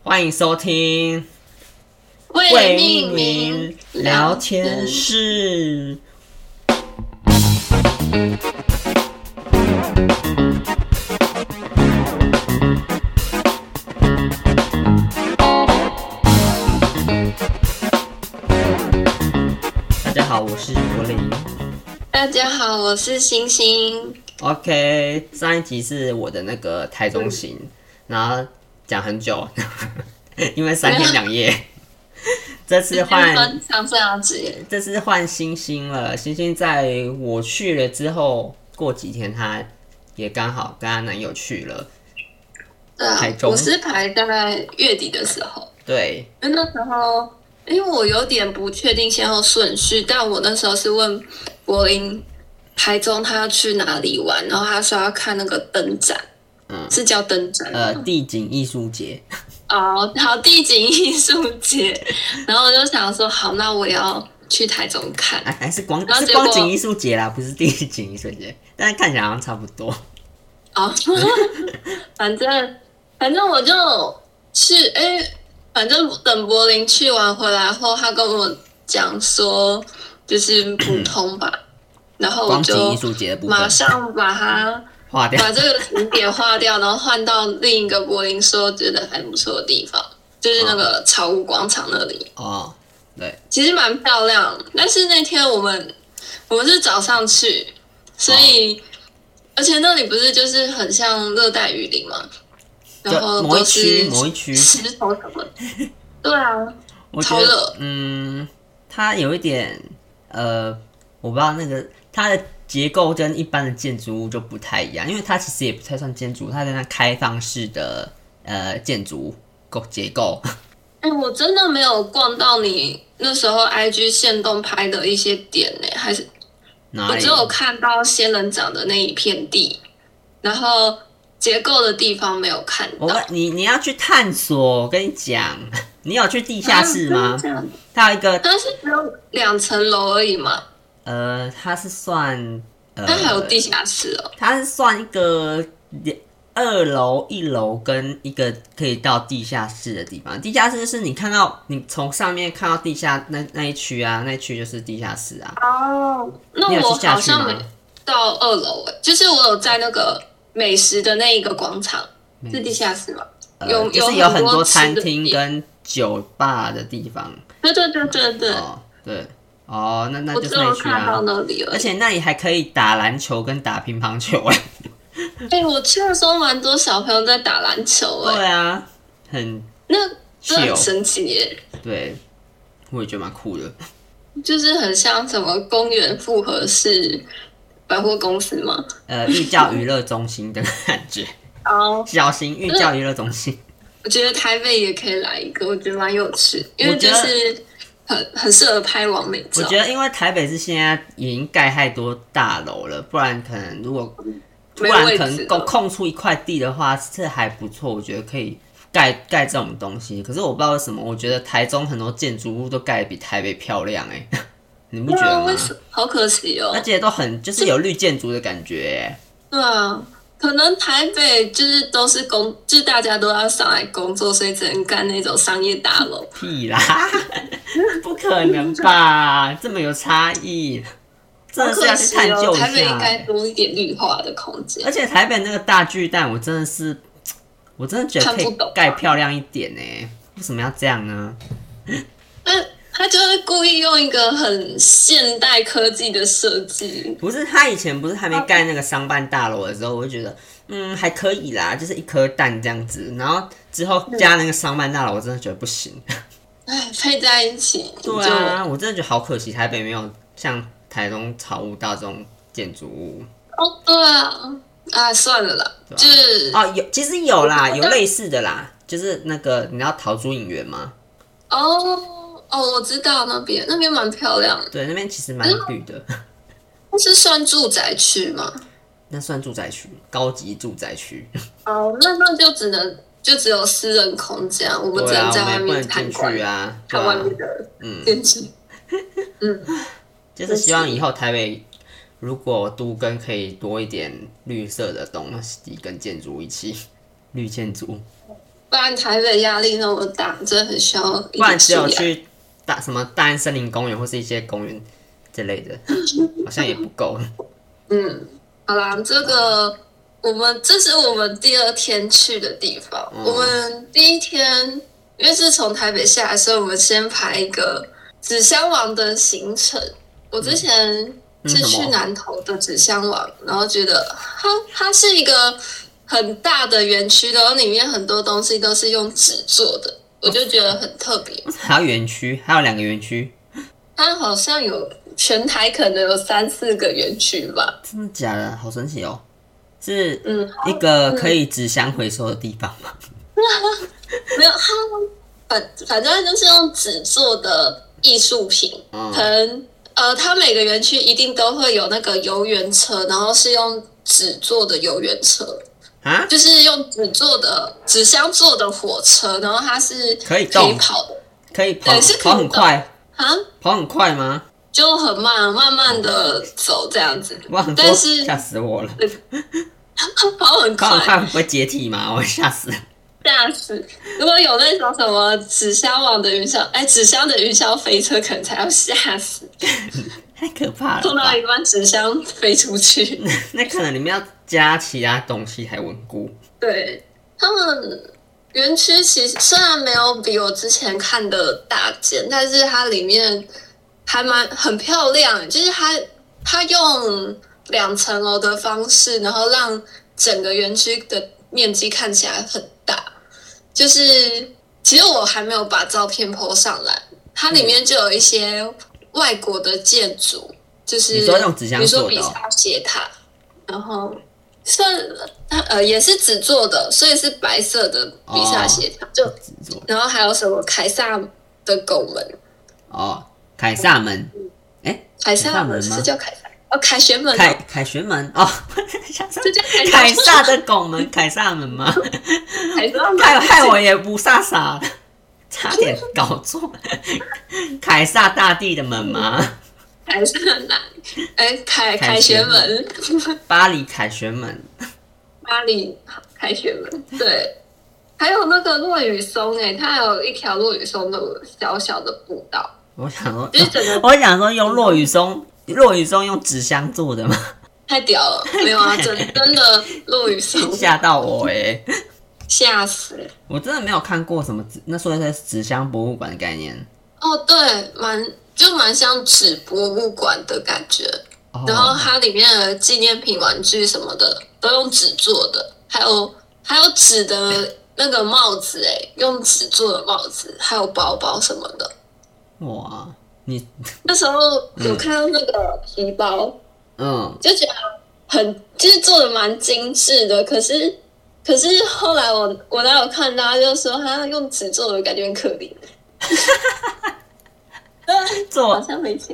欢迎收听未命名聊天室。大家好，我是柏林。 大家好，我是星星。 OK， 上一集是我的那个台中行，然后讲很久，因为3天2夜。这次换这次换星星了。星星在我去了之后，过几天她也刚好跟她男友去了。 对啊， 台中。 我是排在月底的时候。 对， 那时候因为我有点不确定先后顺序，但我那时候是问柏林台中他要去哪里玩，然后他说要看那个灯展，是叫灯展吗？ 地景艺术节。 哦，好，地景艺术节。然后我就想说，好，那我要去台中看。 是光景艺术节啦，不是地景艺术节，但是看起来好像差不多。 哦，反正我就去，反正等柏林去完回来后，他跟我讲说，就是普通吧，然后我就马上把它划掉， 把这个景点划掉，然后换到另一个柏林说觉得还不错的地方，就是那个草悟广场那里。 哦，对， 其实蛮漂亮，但是那天我们是早上去，所以。而且那里不是就是很像热带雨林吗？然后某一区石头什么的。对啊，超热。 它有一点我不知道那个它的结构跟一般的建筑物就不太一样，因为它其实也不太算建筑，它是那开放式的建筑结构。 我真的没有逛到你那时候 IG 限动拍的一些点呢，还是？我只有看到仙人掌的那一片地，然后结构的地方没有看到。 你要去探索，我跟你讲，你有去地下室吗？它有一个， 它是只有2层楼而已嘛。 它是算它还有地下室哦。 它是算一个2楼、1楼跟一个可以到地下室的地方。地下室是你从上面看到地下那一区啊，那一区就是地下室啊。 哦，那我好像没到2楼就是我有在那个美食的那一个广场，是地下室吗？ 就是有很多餐厅跟酒吧的地方。 对。 对。哦，那就是那区啊。 我只有看到那里而已。 而且那里还可以打篮球跟打乒乓球我去的时候蛮多小朋友在打篮球对啊，很神奇耶。 对，我也觉得蛮酷的。 就是很像什么公园复合式百货公司吗？ 寓教娱乐中心的感觉。小型寓教娱乐中心。 我觉得台北也可以来一个，我觉得蛮有趣，因为就是很适合拍完美照。 我觉得因为台北是现在已经盖太多大楼了，不然可能如果突然可能空出一块地的话，这还不错，我觉得可以盖这种东西。可是我不知道为什么，我觉得台中很多建筑物都盖得比台北漂亮你不觉得吗？ 好可惜哦， 而且都就是有绿建筑的感觉对啊，可能台北就是都是就是大家都要上来工作，所以只能干那种商业大楼。 屁啦，不可能吧？这么有差异。真的是要去探究一下。 台北应该多一点绿化的空间。 而且台北那个大巨蛋，我真的觉得可以盖漂亮一点为什么要这样呢？ 他就是故意用一个很现代科技的设计。 不是，他以前不是还没盖那个商办大楼的时候，我就觉得还可以啦，就是一颗蛋这样子。然后之后加那个商办大楼，我真的觉得不行。 配在一起。 对啊，我真的觉得好可惜，台北没有像台中草悟道这种建筑物。 对啊，算了啦，就是其实有啦，有类似的啦，就是那个你知道陶朱影园吗？ 我知道那边蛮漂亮的。 对，那边其实蛮绿的。 那是算住宅区吗？ 那算住宅区，高级住宅区。 那就只有私人空间，我们只能在外面参观看外面的建筑。 就是希望以后台北如果都更可以多一点绿色的东西跟建筑一起，绿建筑。 不然台北压力那么大，真的很需要一不然只有点舒压。 去什么大安森林公园或是一些公园之类的，好像也不够。 好啦，这是我们第2天去的地方。我们第1天因为是从台北下来，所以我们先排一个纸箱王的行程。我之前是去南投的纸箱王，然后觉得它是一个很大的园区，然后里面很多东西都是用纸做的，我就觉得很特别。 还有园区，还有2个园区， 它好像有全台可能有3-4个园区吧？ 真的假的？好神奇哦！是一个可以纸箱回收的地方吗？ 没有，反正就是用纸做的艺术品，可能它每个园区一定都会有那个游园车，然后是用纸做的游园车啊，就是用纸箱做的火车，然后它是可以跑的， 可以跑，跑很快啊？ 跑很快吗？ 就很慢慢的走这样子， 但是吓死我了。 跑很快， 会解体吗？我吓死了。 吓死！如果有那种什么纸箱网的纸箱的云霄飞车，可能才要吓死。 太可怕了！ 碰到一段纸箱飞出去， 那可能里面要加其他东西才稳固。 对，他们园区其实虽然没有比我之前看的大间，但是它里面还很漂亮，就是它用2层楼的方式，然后让整个园区的面积看起来很大。就是其实我还没有把照片 po 上来，它里面就有一些外国的建筑，就是你说用纸箱做的， 比如说比萨斜塔，然后也是纸做的，所以是白色的比萨斜塔，就然后还有什么凯撒的狗门凯撒门， 凯撒门是叫凯撒凯旋门， 凯旋门哦，这叫凯撒的拱门，凯撒门吗？害我也不傻了，差点搞错，凯撒大帝的门吗？ 凯撒凯旋门， 巴黎凯旋门， 巴黎凯旋门，对，还有那个落羽松它有一条落羽松的小小的步道。 我想说用落羽松用纸箱做的吗？ 太屌了，没有啊，真的落羽松吓到我吓死了！ 我真的没有看过什么那说的是纸箱博物馆的概念。 对，蛮像纸博物馆的感觉。然后它里面的纪念品、玩具什么的都用纸做的，还有纸的那个帽子用纸做的帽子，还有包包什么的。 哇，你那时候有看到那个皮包，就觉得就是做的蛮精致的。可是后来我哪有看到，就说他用纸做的，感觉很可怜。做好像没钱。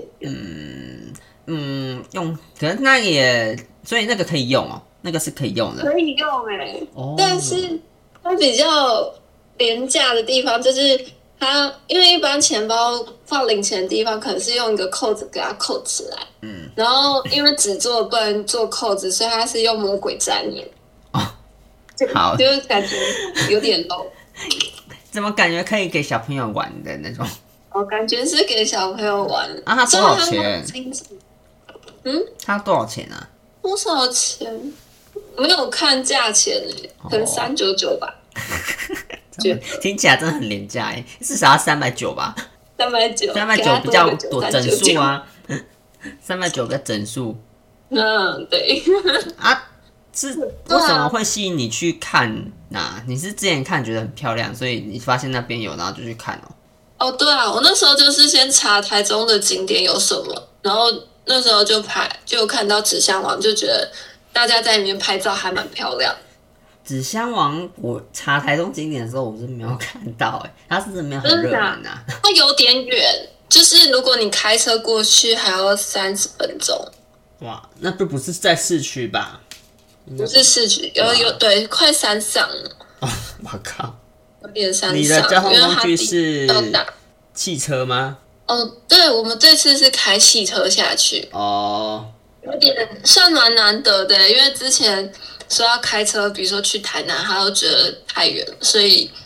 用，可能所以那个可以用那个是可以用的， 可以用但是它比较廉价的地方就是它，因为一般钱包放零钱的地方可能是用一个扣子给它扣起来，然后因为纸做不能做扣子，所以它是用魔鬼粘黏。好，就是感觉有点 low。 怎么感觉可以给小朋友玩的那种？ 感觉是给小朋友玩啊。它多少钱？它多少钱啊？ 多少钱？没有看价钱可能399吧。 听起来真的很廉价至少要390吧。390比较多整数啊。390比较整数。 对。 是为什么会吸引你去看你是之前看觉得很漂亮，所以你发现那边有，然后就去看对啊，我那时候就是先查台中的景点有什么，然后那时候就看到纸箱王，就觉得大家在里面拍照还蛮漂亮。 纸箱王，我查台中景点的时候，我是没有看到它是不是没有很热门它有点远，就是如果你开车过去还要30分钟。 哇，那不是在市区吧？ 不是市区，对，快山上了。 我靠， 有点山上。 你的交通工具是汽车吗？ 对，我们这次是开汽车下去。有点算蛮难得的，因为之前说要开车，比如说去台南，他都觉得太远了，所以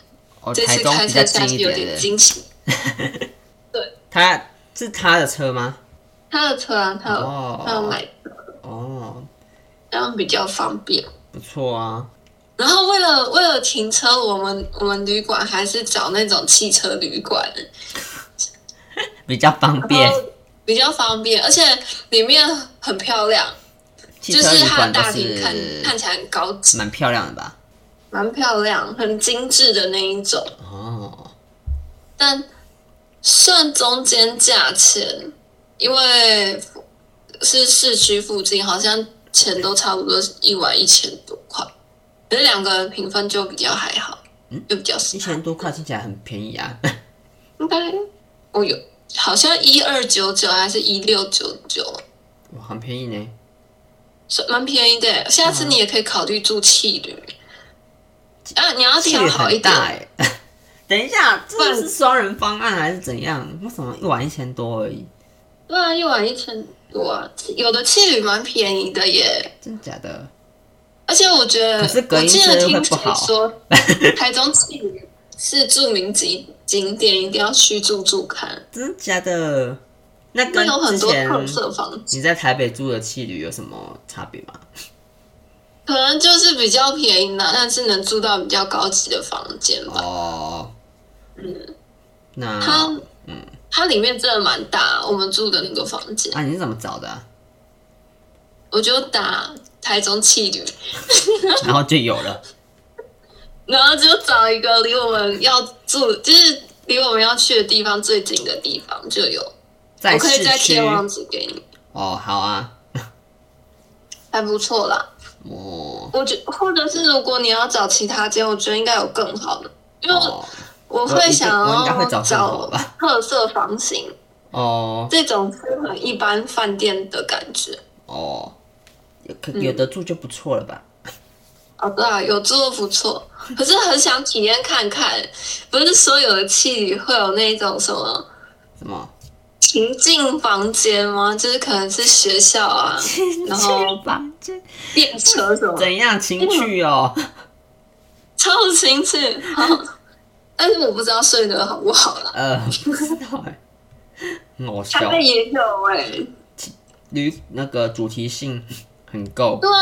这次开车下去有点惊喜。对， 他是他的车吗？ 他的车啊，他有买车。哦，这样比较方便。 不错啊。 然后为了停车，我们旅馆还是找那种汽车旅馆， 比较方便。 比较方便，而且里面很漂亮。就是它的大厅看起来很高级， 蛮漂亮的吧？ 蛮漂亮，很精致的那一种。哦。但算中间价钱，因为是市区附近，好像钱都差不多1晚1000多块，可是2个人平分就比较还好，就比较少。 1000多块听起来很便宜啊。 应该有好像1299还是1699， 哇，很便宜呢。 蛮便宜的，下次你也可以考虑住汽旅。你要挑好一点。 等一下，这是双人方案还是怎样？为什么1晚1000多而已？ 对啊，1晚1000多啊，有的汽旅蛮便宜的耶。 真假的？ 而且我觉得， 我记得听谁说，台中汽旅是著名景点，一定要去住看。 真假的？那跟有很多特色房子。 你在台北住的汽旅有什么差别吗？ 可能就是比较便宜啦，但是能住到比较高级的房间吧。 哦，那它里面真的蛮大，我们住的那个房间。 你是怎么找的啊？ 我就打台中汽旅， 然后就有了。 然后就找一个离我们要住，就是离我们要去的地方最近的地方就有。我可以再贴网址给你。 哦，好啊， 还不错啦。哦，或者是如果你要找其他间，我觉得应该有更好的，因为我会想要找特色房型。哦，这种是很一般饭店的感觉。 哦，有的住就不错了吧？ 哦，对啊，有住都不错，可是很想体验看看。不是说有的汽旅会有那种什么情境房间吗？就是可能是学校啊，然后房间、 电车什么？ 怎样情趣哦？ 超情趣，但是我不知道睡得好不好啦。 不知道哎，我笑。 台北也有哎， 那个主题性很够。 对啊，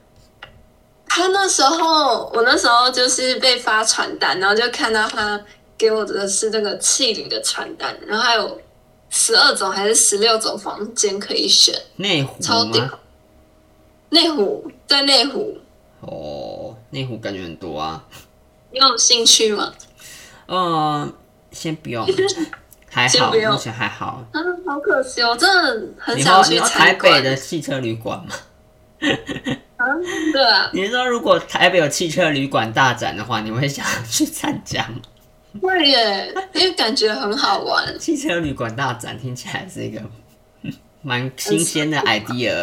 我那时候就是被发传单，然后就看到他给我的是这个汽旅的传单，然后还有12种还是16种房间可以选。 内湖吗？ 内湖，在内湖。 哦，内湖感觉很多啊。 你有兴趣吗？ 先不用，还好，目前还好。 好可惜，我真的很想去参观。 台北的汽车旅馆吗？ 对啊。 你是说如果台北有汽车旅馆大展的话，你会想去参加吗？ 会耶，因为感觉很好玩。 汽车旅馆大展听起来是一个蛮新鲜的 idea。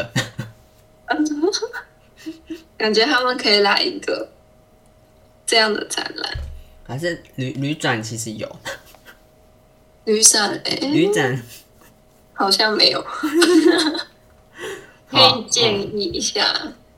感觉他们可以来一个这样的展览。 还是旅展其实有。 旅展旅展好像没有。可以建议一下。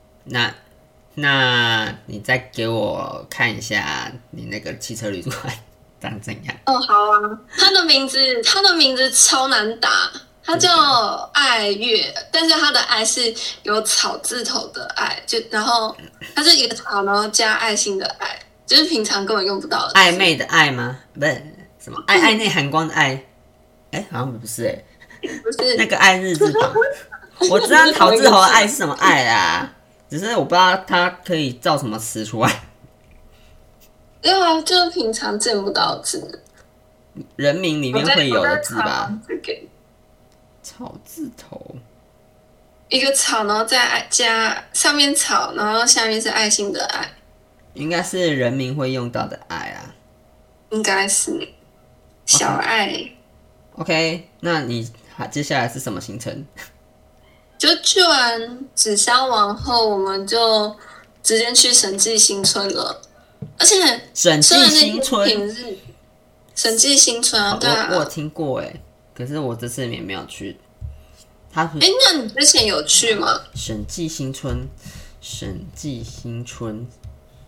那你再给我看一下你那个汽车旅馆长怎样？ 哦，好啊。它的名字超难打，它叫爱乐，但是它的爱是有草字头的爱，然后它是一个草，然后加爱心的爱，就是平常根本用不到的。 暧昧的爱吗？不是什么爱内含光的爱？好像不是不是那个爱日字旁。我知道陶志豪的爱是什么爱啦，只是我不知道他可以造什么词出来。 对啊，就是平常见不到字。 人名里面会有的字吧？草字头， 一个草，然后再加上面草，然后下面是爱心的爱。 应该是人名会用到的爱啊。 应该是小爱。 OK， 那你接下来是什么行程？ 就去完纸箱王后，我们就直接去审计新村了。而且审计新村， 审计新村啊，对啊， 我有听过可是我这次也没有去。 那你之前有去吗？ 审计新村，审计新村，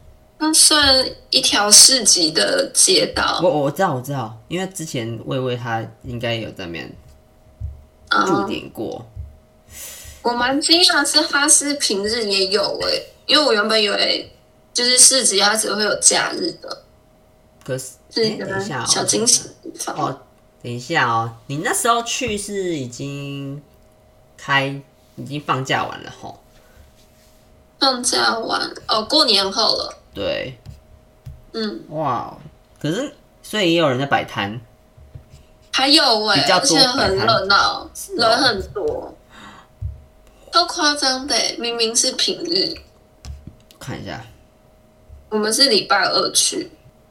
那算一条市集的街道。 我知道，因为之前魏魏他应该有在那边驻点过。 我蛮惊讶是哈斯平日也有因为我原本以为就是市集它只会有假日的。 可是， 是一个小惊喜的地方。 哦，等一下哦，你那时候去是已经放假完了吼？ 放假完过年后了。 对。哇，可是所以也有人在摆摊。 还有而且很热闹，人很多，超夸张的明明是平日。 看一下， 我们是礼拜二去。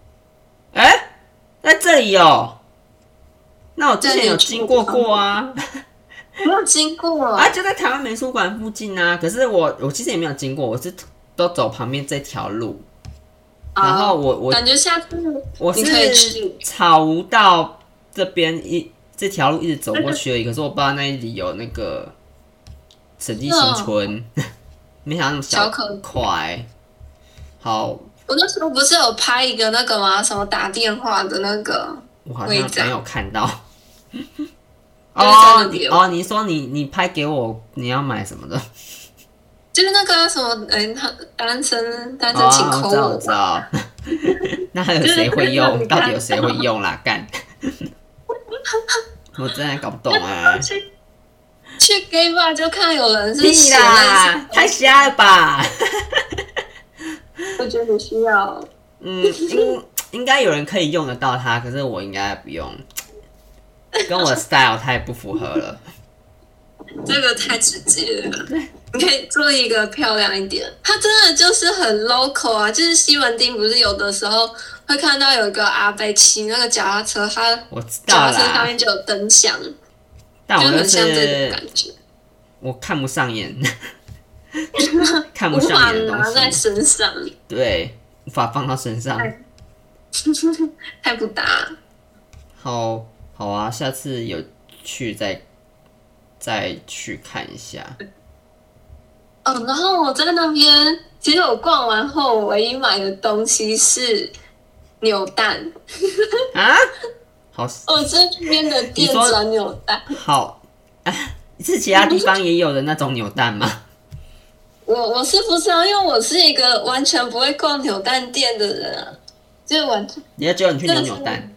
在这里哦。那我之前有经过啊。 没有经过啊，就在台湾美术馆附近啊。可是我其实也没有经过，我是都走旁边这条路。然后我感觉下次我是草悟道这边这条路一直走过去而已。可是我不知道那里有那个审计新村，没想到那么小块。好， 我那时候不是有拍一个那个吗？什么打电话的那个？ 我好像没有看到。你说你拍给我，你要买什么的？ 就是那个什么，单身请扣我知道。那还有谁会用？到底有谁会用啦？干！我真的搞不懂啊。 去 gay bar 就看有人是屁啦，太瞎了吧！ 我觉得你需要。 应该有人可以用得到它，可是我应该不用，跟我的 style 太不符合了。 这个太直接了。你可以做一个漂亮一点。它真的就是很 local 啊，就是西门町不是有的时候会看到有一个阿伯骑那个脚踏车，他脚踏车上面就有灯箱， 但我就很像这种感觉。 我看不上眼，看不上眼的东西， 无法拿在身上， 对，无法放到身上， 太不搭。 好啊，下次有去再去看一下。 然后我在那边，其实我逛完后，我唯一买的东西是扭蛋。 啊？好， 我这边的店转扭蛋。 好，是其他地方也有的那种扭蛋吗？ 我是不知道，因为我是一个完全不会逛扭蛋店的人啊，就完全。 也只有你去扭蛋。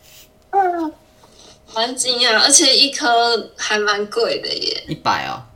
蛮惊讶，而且一颗还蛮贵的耶 ，100哦。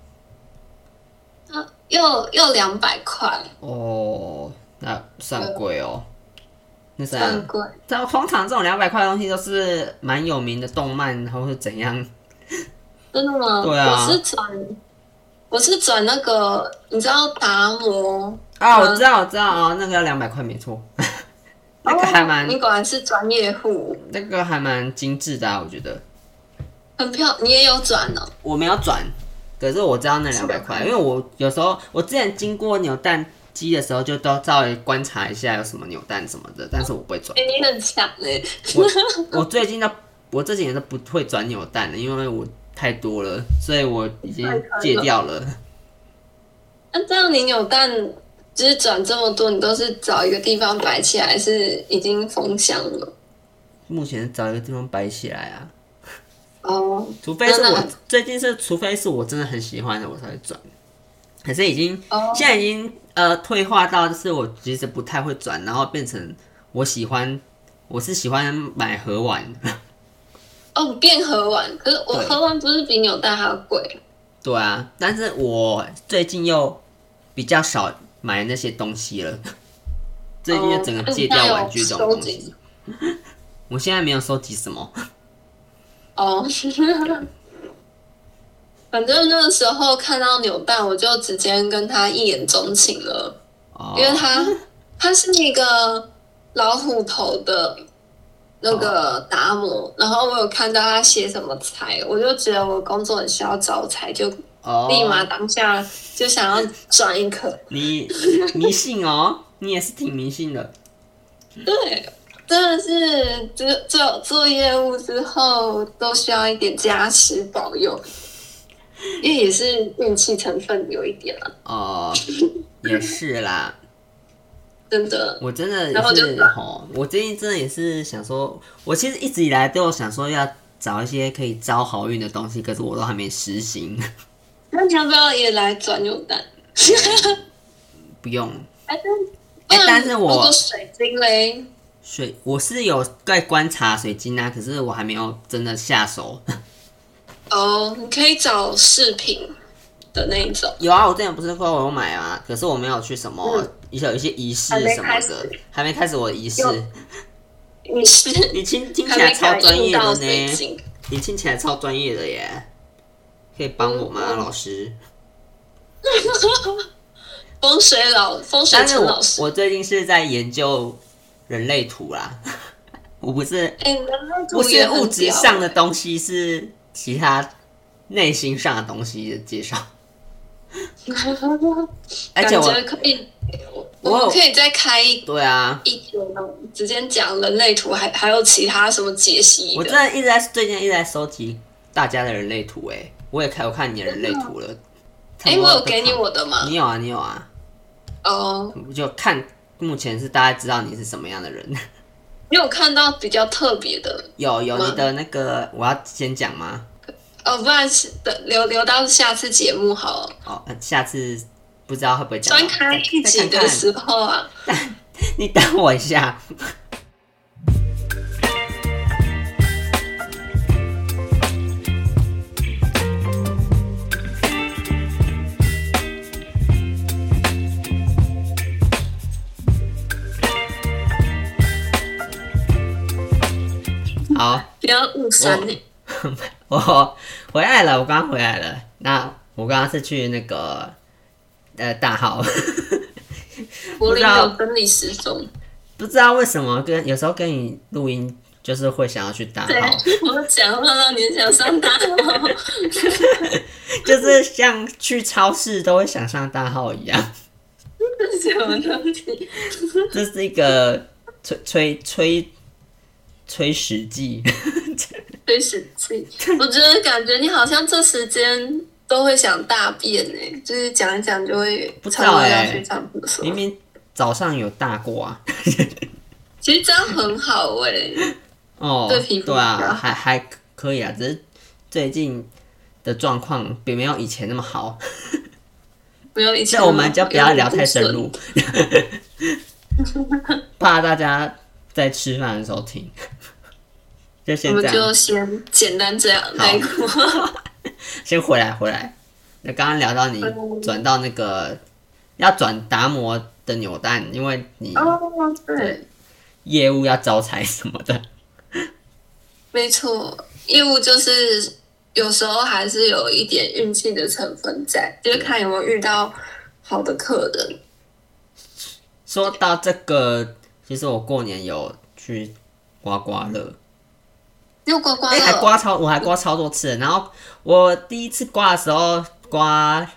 又200块哦，那算贵哦。那算贵。 通常这种200块的东西都是蛮有名的动漫，然后是怎样？ 真的吗？ 对啊。 我是转那个，你知道达摩啊？我知道啊，那个要200块没错。那个还蛮…… 你果然是专业户。 那个还蛮精致的啊，我觉得。 很漂亮，你也有转哦？ 我没有转。可是我知道那200块，因为我有时候我之前经过扭蛋机的时候，就都稍微观察一下有什么扭蛋什么的，但是我不会转。 你很强哎！ 我这几年都不会转扭蛋了，因为我太多了，所以我已经戒掉了。 那这样你扭蛋就是转这么多，你都是找一个地方摆起来，还是已经封箱了？ 目前找一个地方摆起来啊。除非是我真的很喜欢的，我才会转。可是现在已经退化到，就是我其实不太会转，然后变成我是喜欢买盒玩。 变盒玩，可是我盒玩不是比扭蛋还要贵？ 对啊，但是我最近又比较少买那些东西了。最近就整个戒掉玩具这种东西。我现在没有收集什么。 反正那个时候看到扭蛋，我就直接跟他一眼钟情了。因为他是一个老虎头的那个达摩，然后我有看到他写什么财，我就觉得我工作很需要招财，就立马当下就想要转一颗。 你迷信哦，你也是挺迷信的。 对。真的是做业务之后都需要一点加持保佑，因为也是运气成分有一点啦。 也是啦。 真的。 我真的也是我最近真的也是想说，我其实一直以来都有想说要找一些可以招好运的东西，可是我都还没实行。 那你要不要也来转扭蛋？ 不用。 但是我水晶嘞， 我是有在观察水晶啊，可是我还没有真的下手。 你可以找饰品的那一种。 有啊，我之前不是说我有买啊，可是我没有去什么，有一些仪式什么的，还没开始我的仪式。你听起来超专业的呢，你听起来超专业的耶，可以帮我吗，老师？ 风水陈老师。 我最近是在研究人类图啦，我不是不是物质上的东西，是其他内心上的东西的介绍。而且我可以，我可以再开对啊， 一节直接讲人类图，还有其他什么解析的。 我真的最近一直在收集大家的人类图，我也有看你的人类图了。 我有给你我的吗？ 你有啊。我就看目前是大概知道你是什么样的人。 你有看到比较特别的？ 有你的那个，我要先讲吗？ 不然留到下次节目好了。 下次不知道会不会讲。 专开一集的时候啊。 你等我一下。好， 不要误删你。 我回来了，我刚刚回来了。那我刚刚是去那个大号， 柏林有分离时钟， 不知道为什么有时候跟你录音就是会想要去大号。 我讲话让你想上大号， 就是像去超市都会想上大号一样。 这是什么东西？ 这是一个催食剂。 催食剂，我觉得感觉你好像这时间都会想大便就是讲一讲就会不知道要去上厕所。 明明早上有大过啊。 其实这样很好对皮肤对啊，还可以啊，只是最近的状况并没有以前那么好。 没有以前。 那我们就不要聊太深入，怕大家在吃饭的时候听。就先这样， 我们就先简单这样带过。 先回来。那刚刚聊到你转到那个要转达摩的扭蛋，因为你对业务要招财什么的。 没错，业务就是有时候还是有一点运气的成分在，就是看有没有遇到好的客人。 说到这个，其实我过年有去刮刮乐。 又刮刮乐， 我还刮超多次。然后我第一次刮的时候刮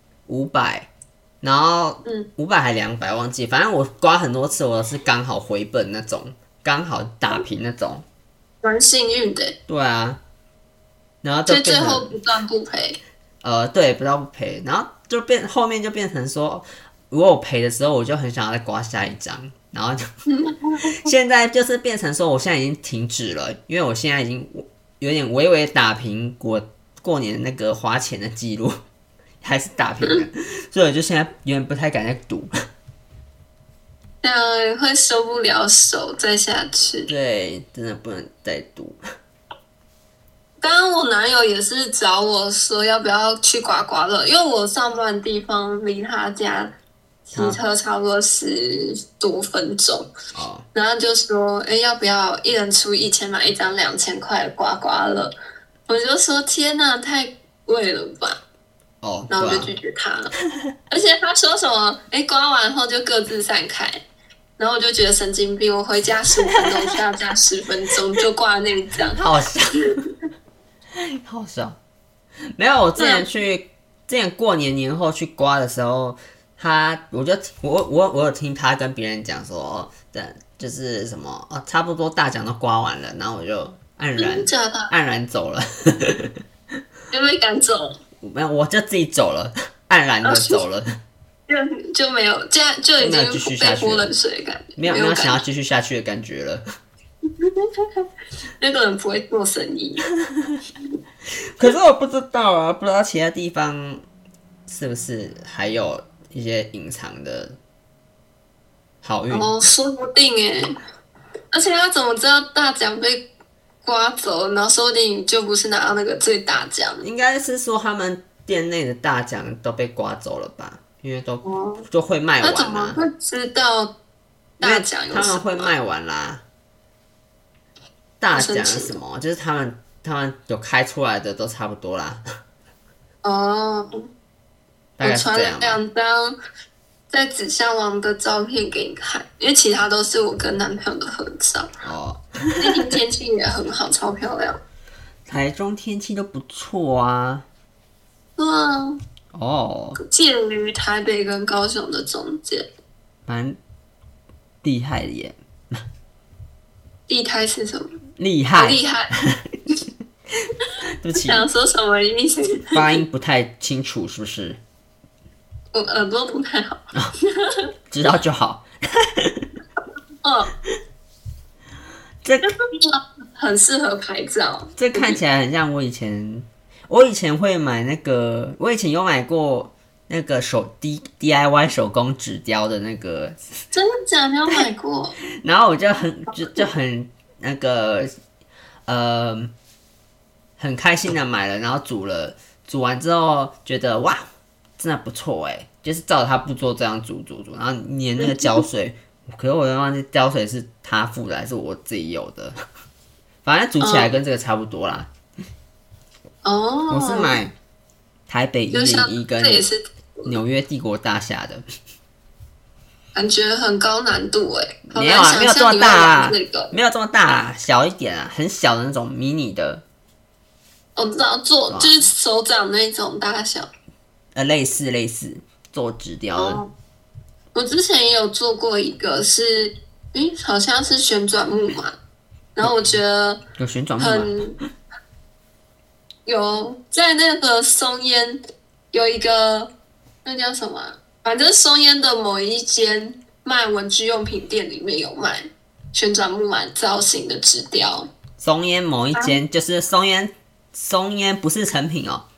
500，然后500还200忘记，反正我刮很多次，我是刚好回本那种，刚好打平那种， 蛮幸运的。 对啊，然后就最后不赚不赔。 对，不到不赔，然后后面就变成说，如果我赔的时候，我就很想要再刮下一张。然后就现在就是变成说，我现在已经停止了，因为我现在已经有点微微打平我过年那个花钱的记录，还是打平了，所以我就现在有点不太敢再赌。 这样会收不了手，再下去。 对，真的不能再赌。 刚刚我男友也是找我说要不要去刮刮乐，因为我上班的地方离他家骑车差不多10多分钟，然后就说，要不要一人出1000买一张2000块的刮刮乐？我就说天哪，太贵了吧！然后我就拒绝他了。而且他说什么，刮完后就各自散开，然后我就觉得神经病。我回家15分钟，需要加10分钟就挂那一张， 好笑，好笑。没有，我之前过年后去刮的时候。我有听他跟别人讲说，就是什么差不多大奖都刮完了，然后我就黯然走了。 有没有赶走？ 没有，我就自己走了，黯然的走了。 因就没有，这样就已经被泼冷水的感觉， 没有想要继续下去的感觉了。 那个人不会做生意。 可是我不知道啊，不知道其他地方是不是还有一些隐藏的好运哦，说不定哎。而且他怎么知道大奖被刮走，然后说不定就不是拿到那个最大奖？ 应该是说他们店内的大奖都被刮走了吧？因为就会卖完啦。 他怎么会知道大奖有什么？ 他们会卖完啦。大奖是什么？就是他们有开出来的都差不多啦。 哦，我传了2张在纸箱王的照片给你看，因为其他都是我跟男朋友的合照。 哦， 那天天气也很好，超漂亮。 台中天气都不错啊。 对啊。 哦。 介于台北跟高雄的中间。 蛮厉害的耶。 厉害是什么？ 厉害。 厉害。 对不起。 想说什么意思？ 发音不太清楚，是不是？ 我耳朵不太好。 知道就好。 哦。 这很适合拍照。 这看起来很像我以前会买那个，我以前有买过那个DIY 手工纸雕的那个。 真的假的？没有买过。 然后我就很那个很开心的买了，然后煮完之后觉得哇，真的不错哎，就是照着他步骤这样煮，然后粘那个胶水。可是我忘记胶水是他付的还是我自己有的，反正煮起来跟这个差不多啦。 哦， 我是买台北101跟纽约帝国大厦的， 感觉很高难度哎。 没有啊，没有这么大啊，没有这么大啊，小一点啊，很小的那种迷你的。 我知道就是手掌那种大小。 类似做纸雕的。 我之前也有做过一个是，好像是旋转木马，然后我觉得有旋转木马， 有在那个松烟有一个那叫什么反正松烟的某一间卖文具用品店里面有卖旋转木马造型的纸雕。 松烟某一间就是松烟不是成品哦。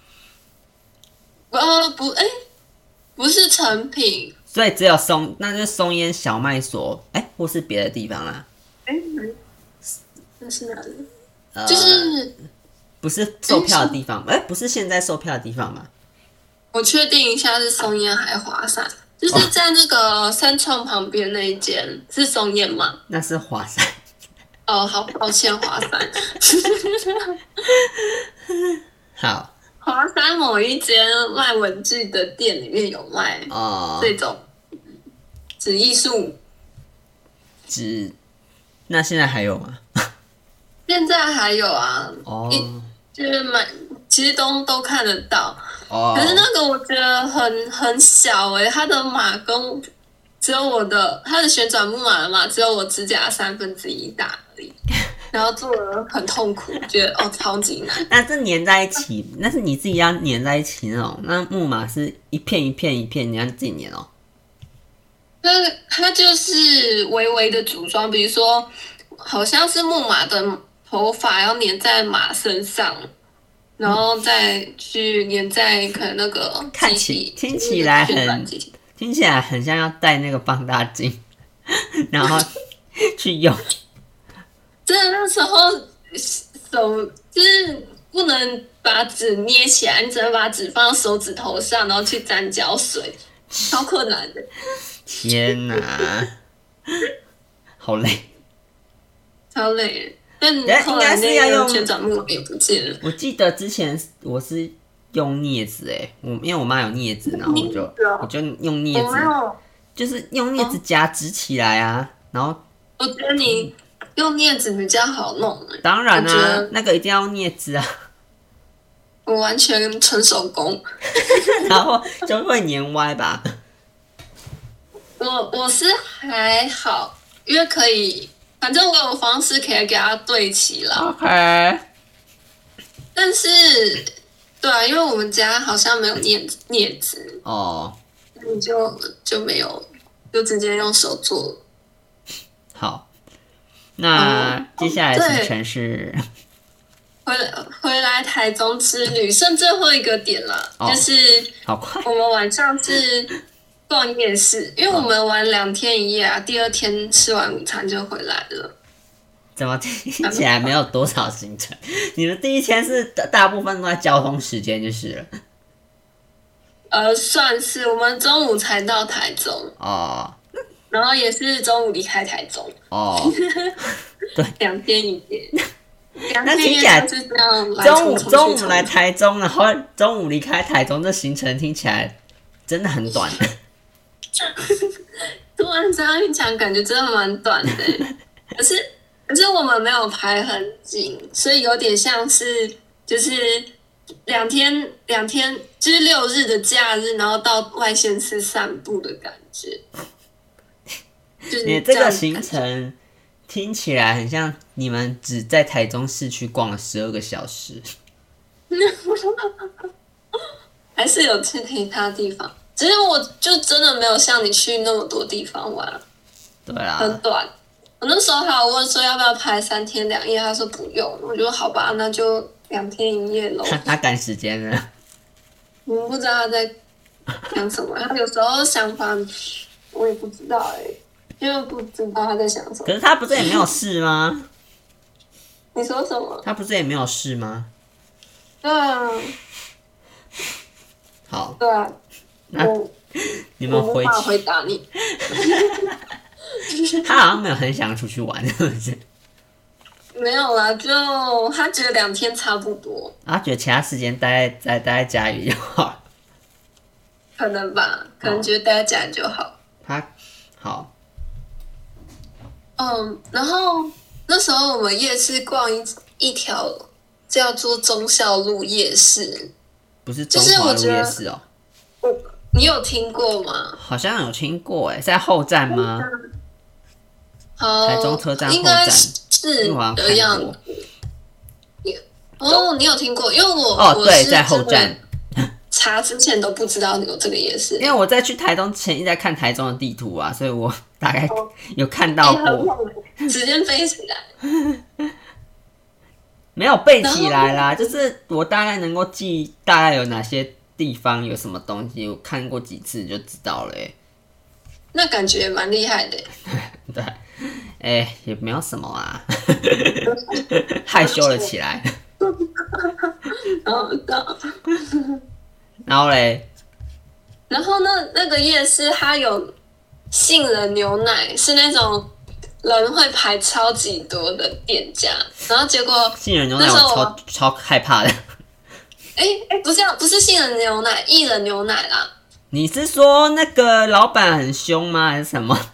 不是成品。 所以只有那就是松烟小卖所，或是别的地方啦。 那是哪里？就是不是售票的地方，不是现在售票的地方吗？ 我确定一下是松烟还是华山，就是在那个三创旁边那一间是松烟吗？ 那是华山。 哦，好抱歉，华山。 好。 华山某一间卖文具的店里面有卖这种纸艺术。 那现在还有吗？ 现在还有啊。就是其实都看得到。可是那个我觉得很小它的马跟只有它的旋转木马的马只有我指甲1/3大而已。然后做的很痛苦，觉得超级难。 那是粘在一起，那是你自己要粘在一起那种。那木马是一片一片一片，你要自己粘哦。 它就是微微的组装，比如说好像是木马的头发要粘在马身上，然后再去粘在可能那个听起来很像要带那个放大镜，然后去用。 真的那时候手就是不能把纸捏起来，你只能把纸放到手指头上，然后去沾胶水，超困难的。 天哪，好累， 超累。但应该是要用旋转木马也不见了。 我记得之前我是用镊子因为我妈有镊子，然后我就用镊子，就是用镊子夹纸起来啊，然后我觉得你用镊子比较好弄。 当然啊，那个一定要用镊子啊。 我完全纯手工。 然后就会粘歪吧。 我是还好，因为可以，反正我有方式可以给它对齐了。 OK。 但是，对啊，因为我们家好像没有镊子。 你就没有，就直接用手做了。 好，那接下来行程是回来台中之旅，剩最后一个点啦，就是好快， 我们晚上是逛夜市，因为我们玩2天1夜啊，第2天吃完午餐就回来了。 怎么听起来没有多少行程？你们第一天是大部分都在交通时间就是了。 算是我们中午才到台中哦， 然后也是中午离开台中哦，对 ，2天1夜。 那听起来中午来台中，然后中午离开台中，这行程听起来真的很短。 突然这样一讲，感觉真的蛮短的。可是我们没有排很紧，所以有点像是就是两天，就是6日的假日，然后到外县市散步的感觉。就是你这个行程听起来很像你们只在台中市区逛了12个小时， 还是有去其他地方。只是我就真的没有像你去那么多地方玩， 对啦， 很短。我那时候还有问说要不要排3天2夜，他说不用，我就好吧，那就2天1夜咯。 他赶时间了， 我们不知道他在想什么，他有时候想法我也不知道因为不知道他在想什么。 可是他不是也没有事吗？ 你说什么？ 他不是也没有事吗？ 对啊， 好， 对啊， 你们回我无法回答你。 他好像没有很想出去玩，是不是？ 没有啦，就他觉得2天差不多。 他觉得其他时间待在家里就好了。 可能吧，可能觉得待在家里就好。 他好。 然后那时候我们夜市逛一条叫做忠孝路夜市， 不是中华路夜市哦。 你有听过吗？ 好像有听过在后站吗？台中车站后站， 应该是的样子。你有听过？因为我对，在后站。 查之前都不知道有这个夜市， 因为我在去台中前一直在看台中的地图啊，所以我大概有看到过。 直接飞起来， 没有背起来啦，就是我大概能够记大概有哪些地方有什么东西，我看过几次就知道了那感觉蛮厉害的对，也没有什么啊，害羞了起来。然后嘞， 然后那个夜市它有杏仁牛奶，是那种人会排超级多的店家，然后结果杏仁牛奶我超害怕的。 不是杏仁牛奶，薏仁牛奶啦。 你是说那个老板很凶吗？还是什么？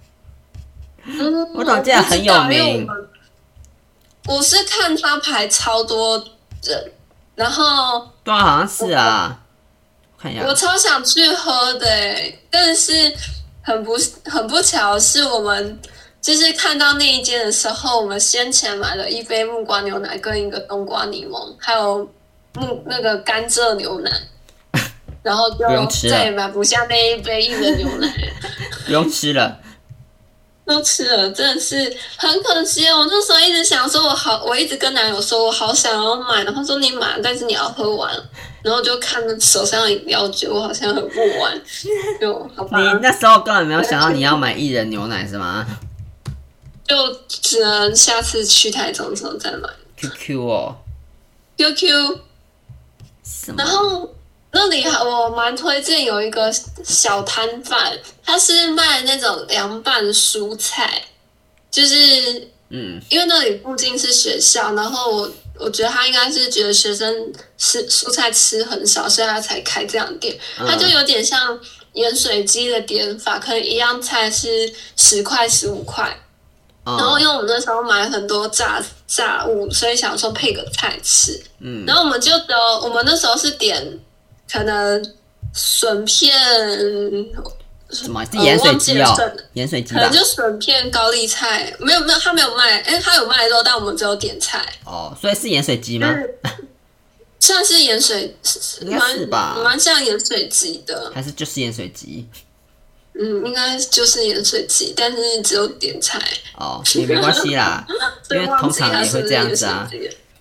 我总记得很有名。 我是看他排超多人，然后对啊，好像是啊。看一下， 我超想去喝的但是很不巧是我们就是看到那一间的时候，我们先前买了一杯木瓜牛奶跟一个冬瓜柠檬，还有那个甘蔗牛奶，然后就再也买不下那一杯薏仁牛奶不用吃了。 都吃了，真的是很可惜。我那时候一直想说，我一直跟男友说，我好想要买，然后他说你买，但是你要喝完。然后就看手上的饮料，觉得我好像喝不完，就好吧。 你那时候根本没有想到你要买薏仁牛奶是吗？ 就只能下次去台中的时候再买。 QQ 哦 ，QQ。然后那里我蛮推荐有一个小摊贩，他是卖那种凉拌蔬菜，就是因为那里附近是学校，然后我觉得他应该是觉得学生吃蔬菜吃很少，所以他才开这样的店。他就有点像盐水鸡的点法，可能一样菜是10块15块，然后因为我们那时候买很多炸物，所以想说配个菜吃。然后我们那时候是点可能笋片。 什么？是盐水鸡哦，盐水鸡吧？ 可能就笋片、高丽菜，没有，他没有卖，他有卖肉，但我们只有点菜。 所以是盐水鸡吗？ 算是盐水， 应该是吧？ 蛮像盐水鸡的， 还是就是盐水鸡？ 应该就是盐水鸡，但是只有点菜。 哦，也没关系啦，因为通常也会这样子啊。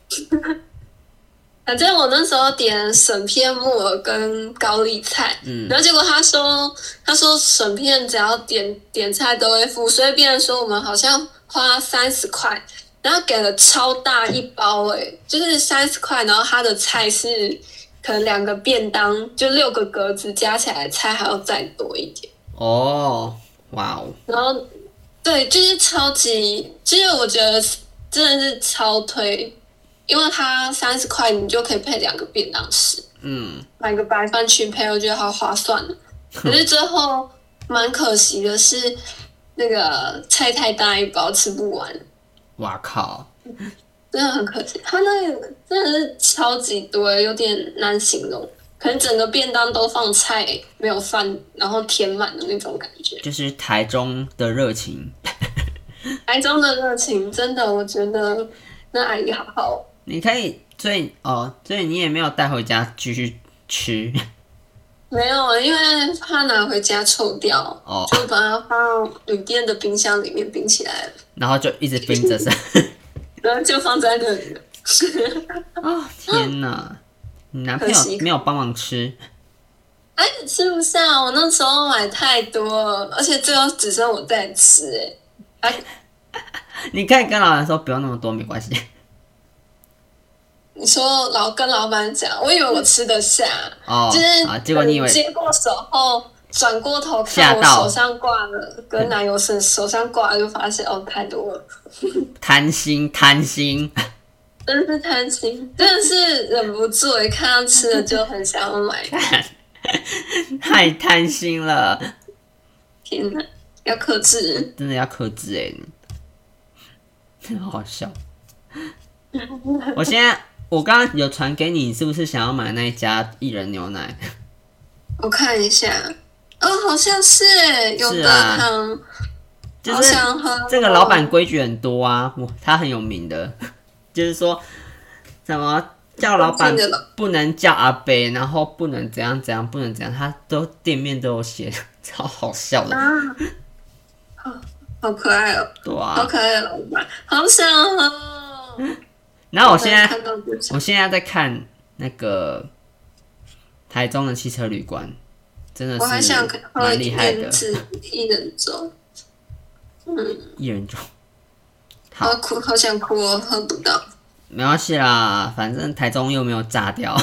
反正我那时候点笋片、木耳跟高丽菜，然后结果他说笋片只要点菜都会付，所以变成说我们好像花30块，然后给了超大一包就是30块，然后他的菜是可能2个便当，就6个格子加起来菜还要再多一点。 哦，哇哦！ 然后对，就是超级，就是我觉得真的是超推。因为它30块，你就可以配2个便当食，买个白饭去配，我觉得好划算的。可是最后蛮可惜的是，那个菜太大一包，吃不完。 哇靠！ 真的很可惜，它那个真的是超级多，有点难形容。可能整个便当都放菜，没有饭，然后填满的那种感觉。 就是台中的热情。 台中的热情，真的，我觉得那阿姨好好。 你可以，所以你也没有带回家继续吃？ 没有，因为怕拿回家臭掉，就把它放旅店的冰箱里面冰起来了， 然后就一直冰着然后就放在那里了。 天哪！你男朋友没有帮忙吃？ 哎，吃不下，我那时候买太多了，而且最后只剩我在吃。 你可以跟老板说不用那么多，没关系。 你说跟老板讲，我以为我吃得下， 就是结果你以为接过手后转过头看我手上挂了，跟奶油手上挂了，就发现太多了。 贪心， 真是贪心，真的是忍不住看到吃了就很想要买。 太贪心了！ 天哪，要克制， 真的要克制真的好好笑。我刚刚有传给你，是不是想要买那一家薏仁牛奶？ 我看一下，好像是有的糖， 就是这个老板规矩很多啊，他很有名的，就是说什么叫老板不能叫阿伯，然后不能怎样怎样，不能怎样，他店面都有写，超好笑的。 好可爱哦！ 对啊， 好可爱的老板，好想然后我现在在看那个台中的汽车旅馆，真的是蛮厉害的。 一人粥， 一人粥， 好想哭哦，喝不到。 没关系啦，反正台中又没有炸掉。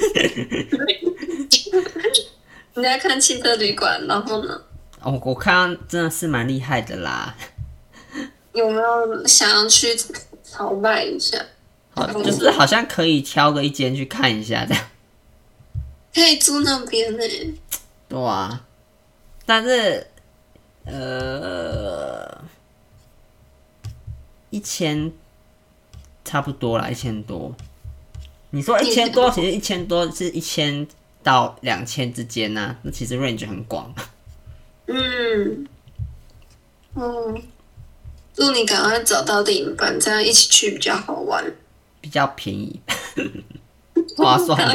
你在看汽车旅馆，然后呢？ 我看到真的是蛮厉害的啦。 有没有想要去朝拜一下？ 就是好像可以挑个一间去看一下，这样。 可以住那边对啊，但是1000差不多啦，1000多。你说1000多，其实1000多是1000到2000之间呐，那其实 range 很广。 祝你赶快找到另一半，这样一起去比较好玩， 比较便宜，划算。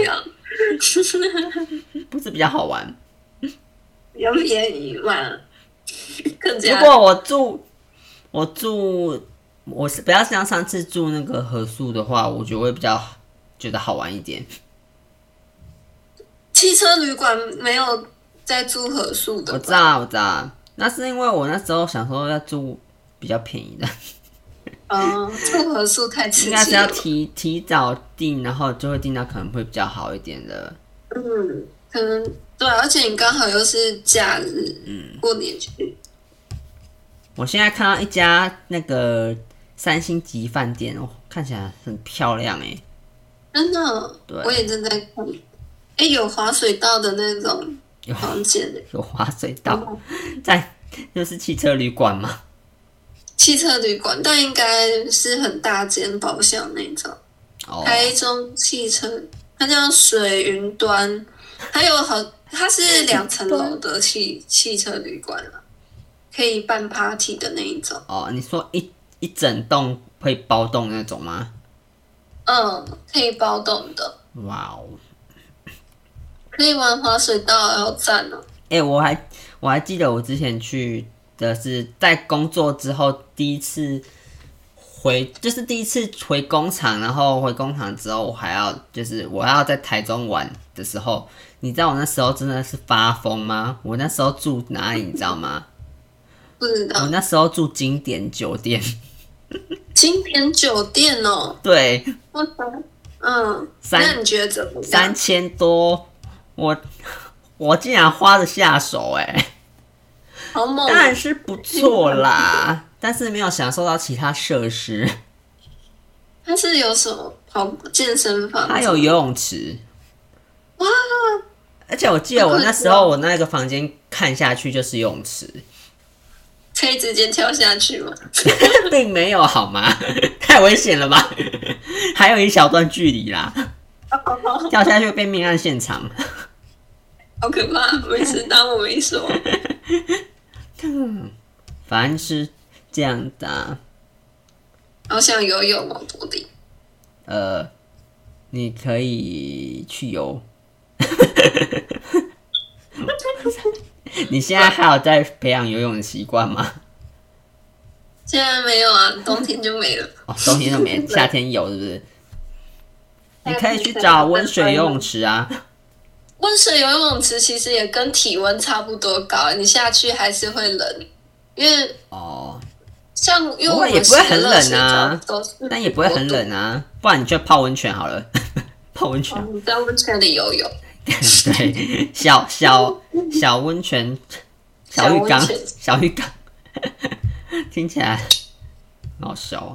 不是比较好玩， 比较便宜嘛。 如果我是不要像上次住那个合宿的话，我觉得会比较觉得好玩一点。 汽车旅馆没有在住合宿的， 我知道，那是因为我那时候想说要住比较便宜的。 住合宿太刺激了， 应该是要提早订，然后就会订到可能会比较好一点的。 可能对，而且你刚好又是假日，过年去。 我现在看到一家那个3星级饭店，看起来很漂亮真的，对，我也正在看。有滑水道的那种房间， 有滑水道，在就是汽车旅馆吗？ 汽车旅馆，但应该是很大间包厢那种。台中汽车，它叫水云端，它是2层楼的汽车旅馆啦，可以办 party 的那一种。 你说一整栋会包栋那种吗？ 可以包动的。 哇哦！ 可以玩滑水道，好赞哦！ 我还记得我之前去的是在工作之后第一次就是第一次回工厂，然后回工厂之后我还要在台中玩的时候，你知道我那时候真的是发疯吗？我那时候住哪里你知道吗？ 不知道。 我那时候住经典酒店。 经典酒店哦。 对。 那你觉得怎么样 ？3000多，我竟然花得下手好猛！ 当然是不错啦，但是没有享受到其他设施。 它是有什么健身房？ 它有游泳池。 哇！ 而且我记得我那时候我那个房间看下去就是游泳池。 可以直接跳下去吗？ 并没有好吗？太危险了吧？还有一小段距离啦，跳下去会被命案现场， 好可怕！没事，当我没说。 反正是这样的啊。 好想游泳哦，多里。 你可以去游。你现在还有在培养游泳的习惯吗？ 现在没有啊，冬天就没了。 冬天就没了，夏天有是不是？你可以去找温水游泳池啊。 温水游泳池其实也跟体温差不多高，你下去还是会冷，因为像因为我也不会很冷啊，但也不会很冷啊，不然你就泡温泉好了。泡温泉。 你在温泉里游泳。 对，小温泉，小浴缸，听起来很好笑。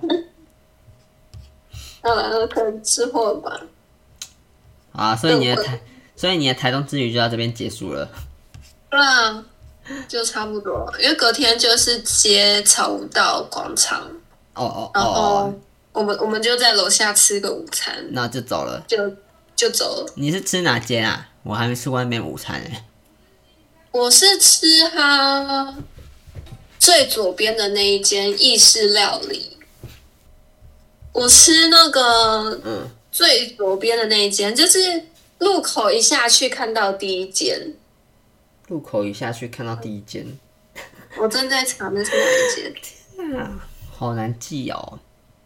可能吃货吧。 啊，所以你的台中之旅就到这边结束了。 对啊，就差不多，因为隔天就是接草悟道广场。然后我们就在楼下吃个午餐， 那就走了。 就走了。 你是吃哪间啊？我还没吃过那边午餐我是吃它最左边的那一间意式料理。我吃那个最左边的那一间，就是路口一下去看到第一间。 路口一下去看到第一间。 我正在查那是哪一间。 天啊，好难记哦。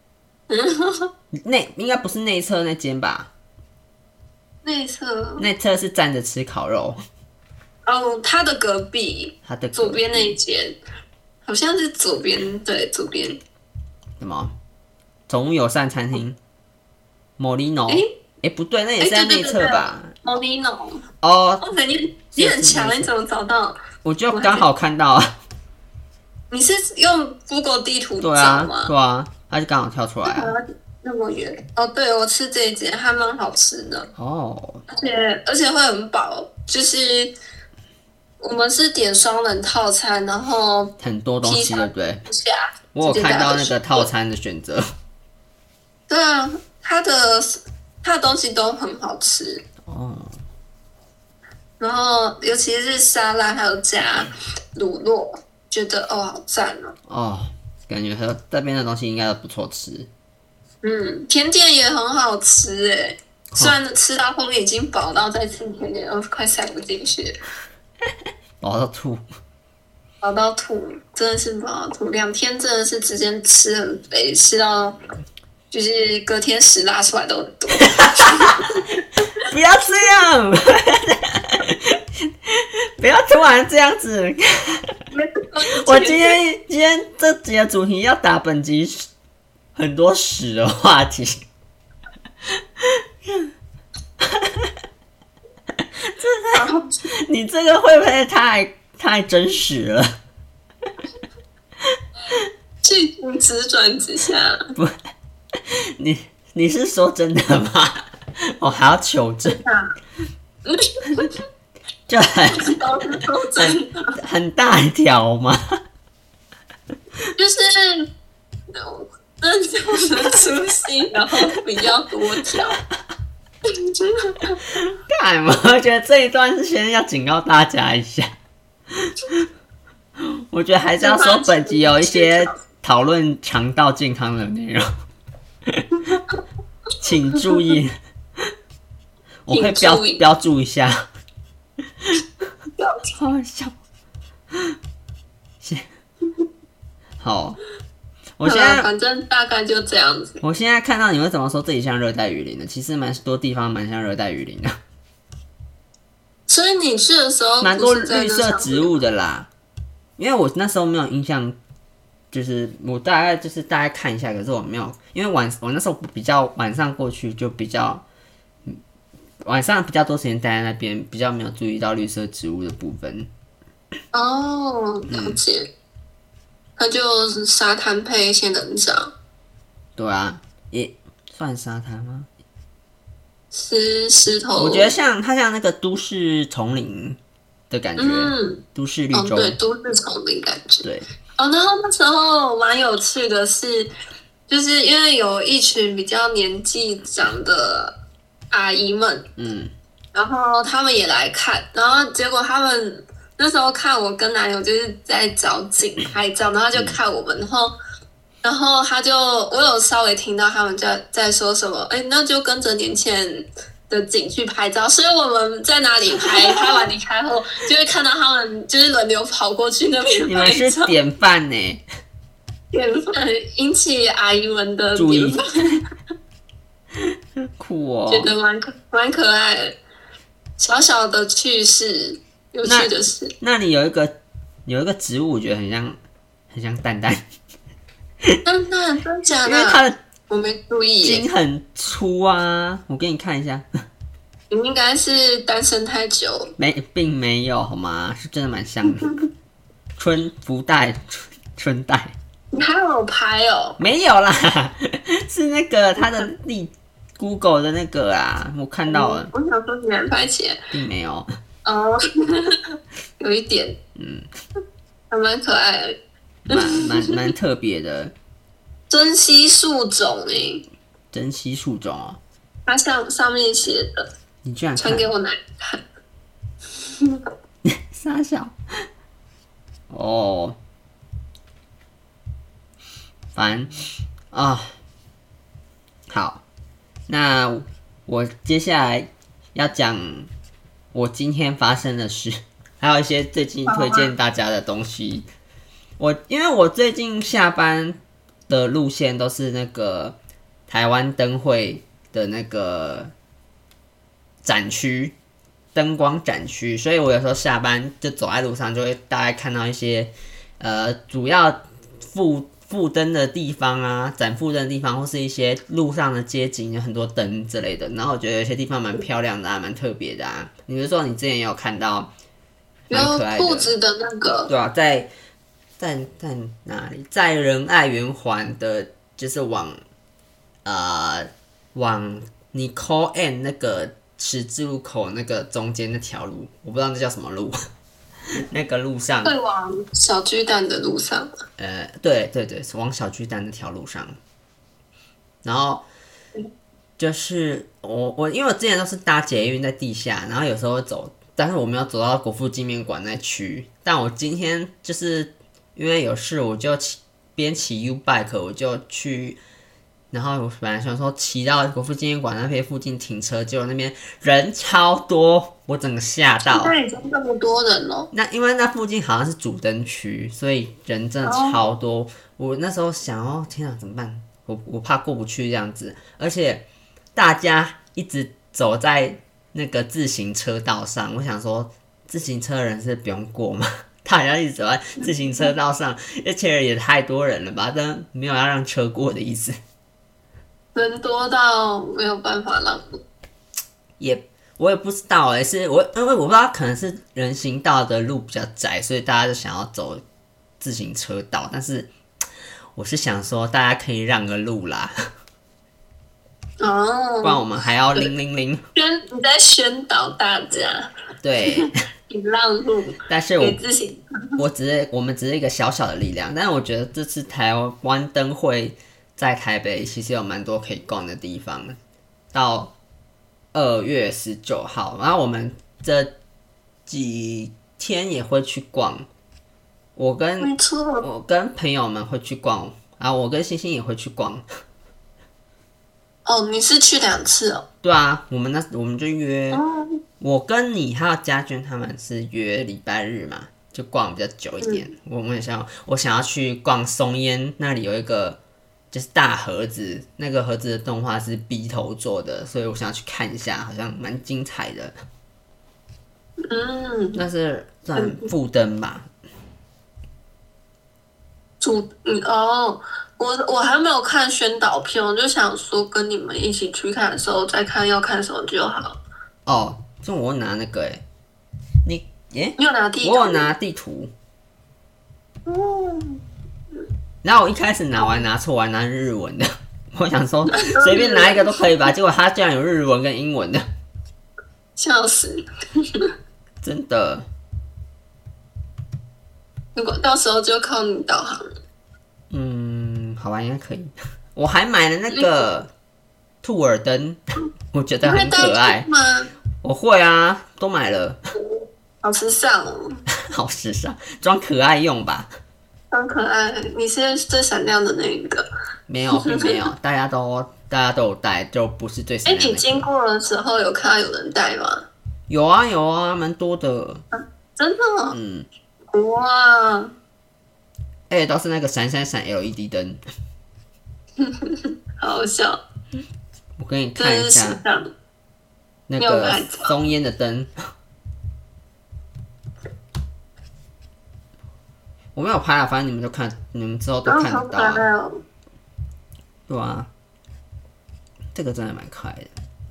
应该不是内侧那间吧？内侧是站着吃烤肉。 他的隔壁，左边那一间，好像是左边，对，左边。 什么？宠物友善餐厅 ？Molino？不对，那也是在内侧吧 ？Molino。你很强，你怎么找到？ 我就刚好看到啊。 你是用 Google 地图找吗？ 对啊，它就刚好跳出来啊。 那么远对，我吃这一间还蛮好吃的而且会很饱，就是我们是点双人套餐，然后很多东西，对不对？我有看到那个套餐的选择。 对啊，它的东西都很好吃然后尤其是沙拉还有加乳酪，觉得好赞感觉这边的东西应该都不错吃。 甜点也很好吃虽然吃到后面已经饱到再吃甜点快塞不进去。 饱到吐， 真的是饱到吐。2天真的是直接吃很肥，吃到就是隔天屎拉出来都很多。 不要这样，不要突然这样子。我今天这集的主题要打本集很多屎的话题。你这个会不会太真实了？ 剧情直转直下。 不，你是说真的吗？我还要求证。就很大一条吗？ 就是真的出戏，然后比较多条。 干嘛？我觉得这一段是先要警告大家一下。我觉得还是要说本集有一些讨论肠道健康的内容， 请注意，我可以标注一下，超好笑。好，我现在反正大概就这样子。 我现在看到你会怎么说这里像热带雨林的，其实蛮多地方蛮像热带雨林的。 所以你去的时候蛮多绿色植物的啦，因为我那时候没有印象，就是我大概看一下，可是我没有，因为我那时候比较晚上过去就比较，晚上比较多时间待在那边，比较没有注意到绿色植物的部分。 哦，了解。那就是沙滩配仙人掌。 对啊，也算沙滩吗？ 石头。 我觉得它像那个都市丛林的感觉，都市绿洲。 对，都市丛林感觉。 对。 然后那时候蛮有趣的是，就是因为有一群比较年纪长的阿姨们，然后他们也来看，然后结果他们那时候看我跟男友就是在找景拍照，然后就看我们，然后我有稍微听到他们在说什么，那就跟着年轻人的景去拍照，所以我们在哪里拍完离开后，就会看到他们就是轮流跑过去那边拍照。 你们是典范呢， 典范引起阿姨们的典范， 酷哦， 觉得蛮可爱的，小小的趣事。有趣的是， 那里有一个植物，我觉得很像蛋蛋。 蛋蛋真假的？ 因为它的我没注意， 茎很粗啊。我给你看一下。 你应该是单身太久， 并没有好吗？是真的蛮像的。春带。 你还有拍哦？ 没有啦，是那个它的Google 的那个啊，我看到了。 我想说你还拍起来， 并没有。 哦，有一点，还蛮可爱的， 蛮特别的。 珍稀树种珍稀树种哦。 它上面写的， 你居然传给我奶看。 傻小。哦，烦啊。好，那我接下来要讲我今天发生的事，还有一些最近推荐大家的东西。因为我最近下班的路线都是那个台湾灯会的那个展区，灯光展区，所以我有时候下班就走在路上，就会大概看到一些主要副灯的地方啊，展副灯的地方，或是一些路上的街景有很多灯之类的。然后我觉得有些地方蛮漂亮的啊，蛮特别的啊。你比如说你之前也有看到蛮可爱的兔子的那个， 对啊，在哪里？在仁爱圆环的，就是往 Nicole Ann 那个十字路口那个中间那条路，我不知道那叫什么路。那个路上会往小巨蛋的路上。 对，往小巨蛋那条路上。然后就是我因为我之前都是搭捷运在地下，然后有时候会走，但是我没有走到国父纪念馆那区。但我今天就是因为有事，我就边骑 U bike 我就去。然后我本来想说骑到国父纪念馆那边附近停车，结果那边人超多，我整个吓到。 那已经这么多人了？ 那因为那附近好像是主灯区，所以人真的超多。我那时候想，天啊，怎么办？我怕过不去这样子，而且大家一直走在那个自行车道上，我想说，自行车的人是不用过吗？大家一直走在自行车道上，而且也太多人了吧？但没有要让车过的意思。 人多到没有办法让路， 我也不知道因为我不知道，可能是人行道的路比较窄，所以大家就想要走自行车道。但是我是想说，大家可以让个路啦，不然我们还要000。 你在宣导大家， 对， 你让路， 但是我们只是一个小小的力量。但是我觉得这次台湾灯会在台北其实有蛮多可以逛的地方，到2月19号，然后我们这几天也会去逛。我跟朋友们会去逛，然后我跟星星也会去逛。 哦，你是去2次哦？ 对啊，我们就约，我跟你还有家娟他们是约礼拜日嘛，就逛比较久一点。我想要去逛松烟，那里有一个就是大盒子，那个盒子的动画是 B 头做的，所以我想要去看一下，好像蛮精彩的。那是算副灯吧。 我还没有看宣导片，我就想说跟你们一起去看的时候再看要看什么就好。 哦，就我拿那个你有拿地图？ 我有拿地图。然后我一开始拿错，我还拿日文的。我想说随便拿一个都可以吧，结果它居然有日文跟英文的， 笑死！ 真的。 如果到时候就靠你导航。 好吧，应该可以。我还买了那个兔耳灯，我觉得很可爱。 吗？ 我会啊，都买了。 好时尚哦！ 好时尚，装可爱用吧。 装可爱，你是最闪亮的那一个。 没有，并没有，大家都有戴，就不是最闪亮的那个。 你经过的时候有看到有人戴吗？ 有啊，蛮多的。 真的？哇！ 都是那个闪 LED 灯。 好笑。 我给你看一下那个松烟的灯。我没有拍啊，反正你们就看，你们之后都看得到啊。对啊，这个真的蛮可爱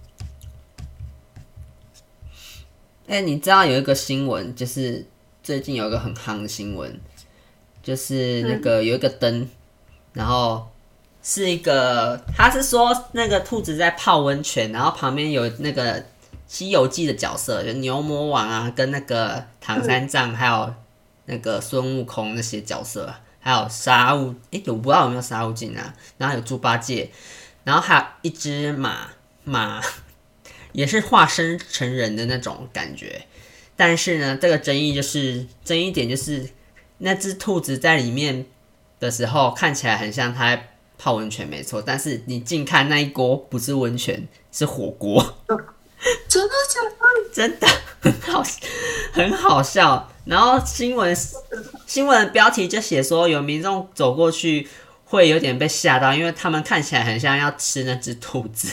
的。你知道有一个新闻，就是最近有一个很夯的新闻，就是那个有一个灯，然后是一个，他是说那个兔子在泡温泉，然后旁边有那个《西游记》的角色，就牛魔王啊，跟那个唐三藏，还有那个孙悟空那些角色，还有沙悟，我不知道有没有沙悟净啊，然后有猪八戒，然后还有一只马，也是化身成人的那种感觉。但是呢，这个争议点就是，那只兔子在里面的时候看起来很像它在泡温泉，没错。但是你近看那一锅不是温泉，是火锅。 真的假的？ 真的很好笑。然后新闻的标题就写说，有民众走过去会有点被吓到，因为他们看起来很像要吃那只兔子。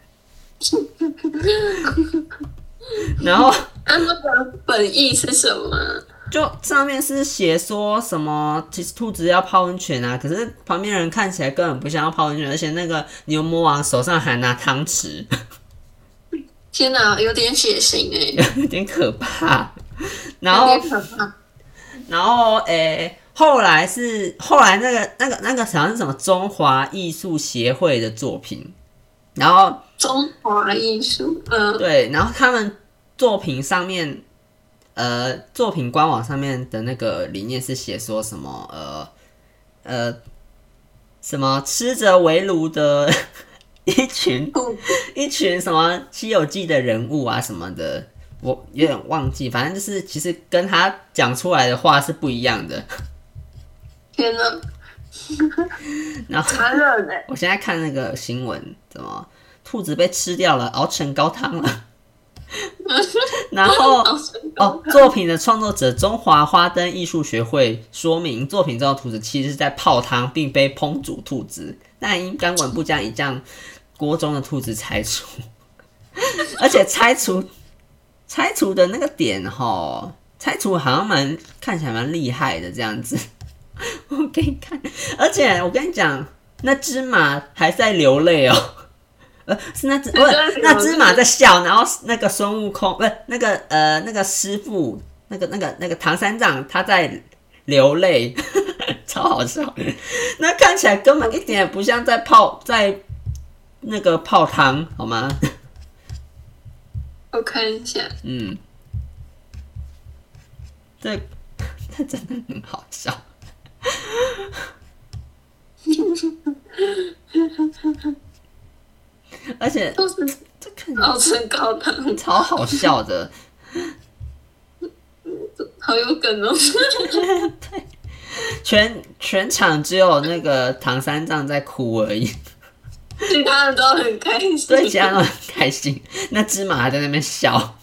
然后那个本意是什么？ 就上面是写说什么，其实兔子要泡温泉啊，可是旁边人看起来根本不像要泡温泉，而且那个牛魔王手上还拿汤匙。 天哪，有点血腥有点可怕。然后后来那个好像是什么中华艺术协会的作品，然后中华艺术， 对，然后他们作品上面，作品官网上面的那个理念是写说什么什么吃着围炉的一群什么《西游记》的人物啊什么的，我有点忘记，反正就是其实跟他讲出来的话是不一样的。 天哪！ 然后残忍欸！ 我现在看那个新闻，怎么兔子被吃掉了，熬成高汤了。然后作品的创作者中华花灯艺术学会说明，作品中的兔子其实是在泡汤，并非烹煮兔子，但因钢管不将已将锅中的兔子拆除，而且拆除的那个点拆除好像看起来蛮厉害的这样子。我给你看，而且我跟你讲，那只马还在流泪哦。是那只马在笑，然后那个孙悟空不是那个师傅，那个唐三藏他在流泪，超好笑。那看起来根本一点也不像在那个泡汤，好吗？ 我看一下， 这真的很好笑。而且这看起来熬成高汤， 超好笑的， 好有梗哦。 对，全场只有那个唐三藏在哭而已。 其他人都很开心， 对，其他人都很开心。那芝麻还在那边笑，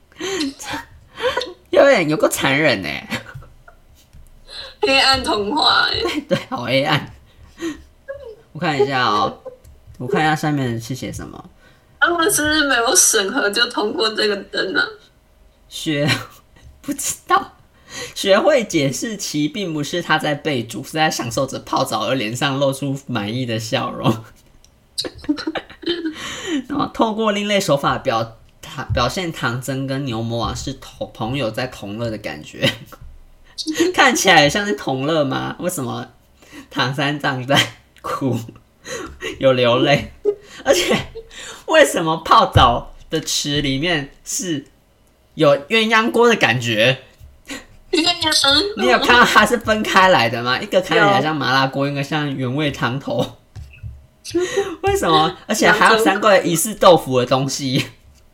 有够残忍呢。 黑暗童话对，好黑暗。我看一下哦，我看一下下面是写什么。 他们是不是没有审核就通过这个灯啊？ 不知道。学会解释其并不是他在被煮，是在享受着泡澡，而脸上露出满意的笑容。然后透过另类手法表现唐僧跟牛魔王是朋友在同乐的感觉。看起来像是同乐吗？为什么唐三藏在哭，有流泪？而且为什么泡澡的池里面是有鸳鸯锅的感觉？你有看到它是分开来的吗？一个看起来像麻辣锅，一个像原味汤头。为什么？而且还有3个疑似豆腐的东西。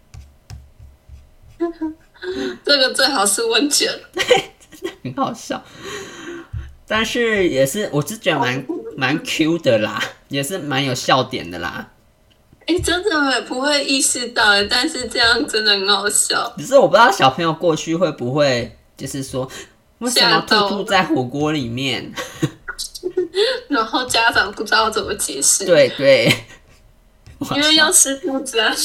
这个最好是温泉。 对，真的很好笑。但是也是，我是觉得蛮 Q 的啦，也是蛮有笑点的啦。 真的也不会意识到，但是这样真的很好笑。 只是我不知道小朋友过去会不会就是说，为什么兔兔在火锅里面？ 然后家长不知道怎么解释。 对对， 因为要吃兔子啊。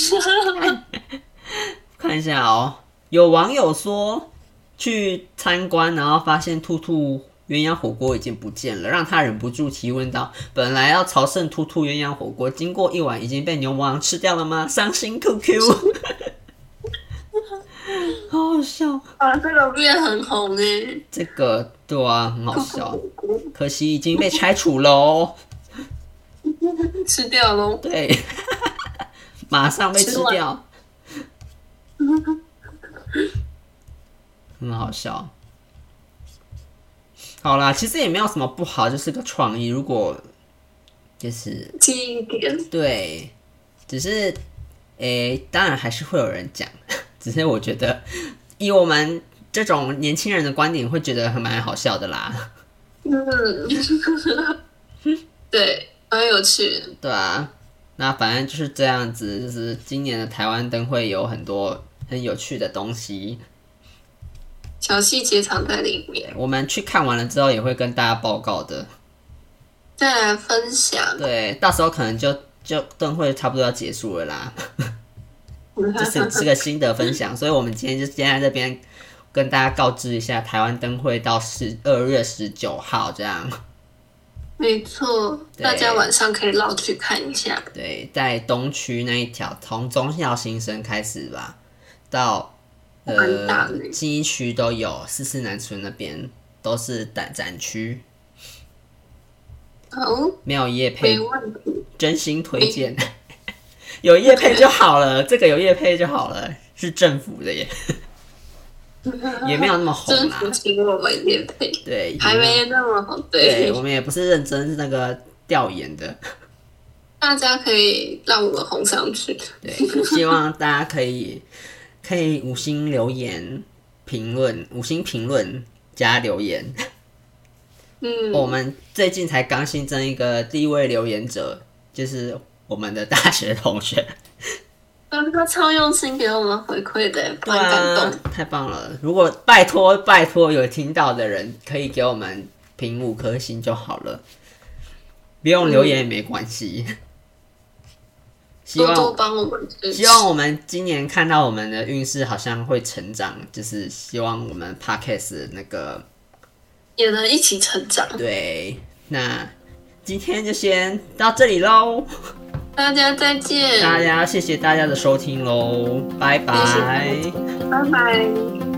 看一下哦，有网友说去参观，然后发现兔兔鸳鸯火锅已经不见了，让他忍不住提问道：“本来要朝圣兔兔鸳鸯火锅，经过一碗已经被牛魔王吃掉了吗？伤心 QQ。”好好笑啊！这个片很红耶。 这个对啊，很好笑。可惜已经被拆除喽， 吃掉喽。 对，马上被吃掉，很好笑。好啦，其实也没有什么不好，就是个创意。如果就是记忆点， 对，只是当然还是会有人讲，只是我觉得以我们这种年轻人的观点，会觉得还蛮好笑的啦。 对，蛮有趣的。 对啊，那反正就是这样子，就是今年的台湾灯会有很多很有趣的东西。 小细节藏在里面， 我们去看完了之后也会跟大家报告的， 再来分享。 对，到时候可能就灯会差不多要结束了啦，是个心得分享，所以我们今天就先在这边跟大家告知一下，台湾灯会到2月19号这样。 没错，大家晚上可以绕去看一下。 对，在东区那一条，从忠孝新生开始吧，到信义区都有，44南村那边都是展区。 好， 没有业配， 没问题， 真心推荐。有业配就好了，这个有业配就好了，是政府的耶，也没有那么红啦。 政府请我们业配， 对， 还没那么红。 对，我们也不是认真，是那个调研的。 大家可以让我们红上去。 对，希望大家可以5星留言评论，5星评论加留言。我们最近才刚新增一个第一位留言者，就是我们的大学同学。 他超用心给我们回馈的，蛮感动， 太棒了！如果拜托有听到的人，可以给我们评5颗星就好了，不用留言也没关系。 多多帮我们支持。 希望我们今年看到我们的运势好像会成长，就是希望我们 Podcast 那个也能一起成长。 对，那今天就先到这里喽， 大家再见。 谢谢大家的收听喽，拜拜， 拜拜。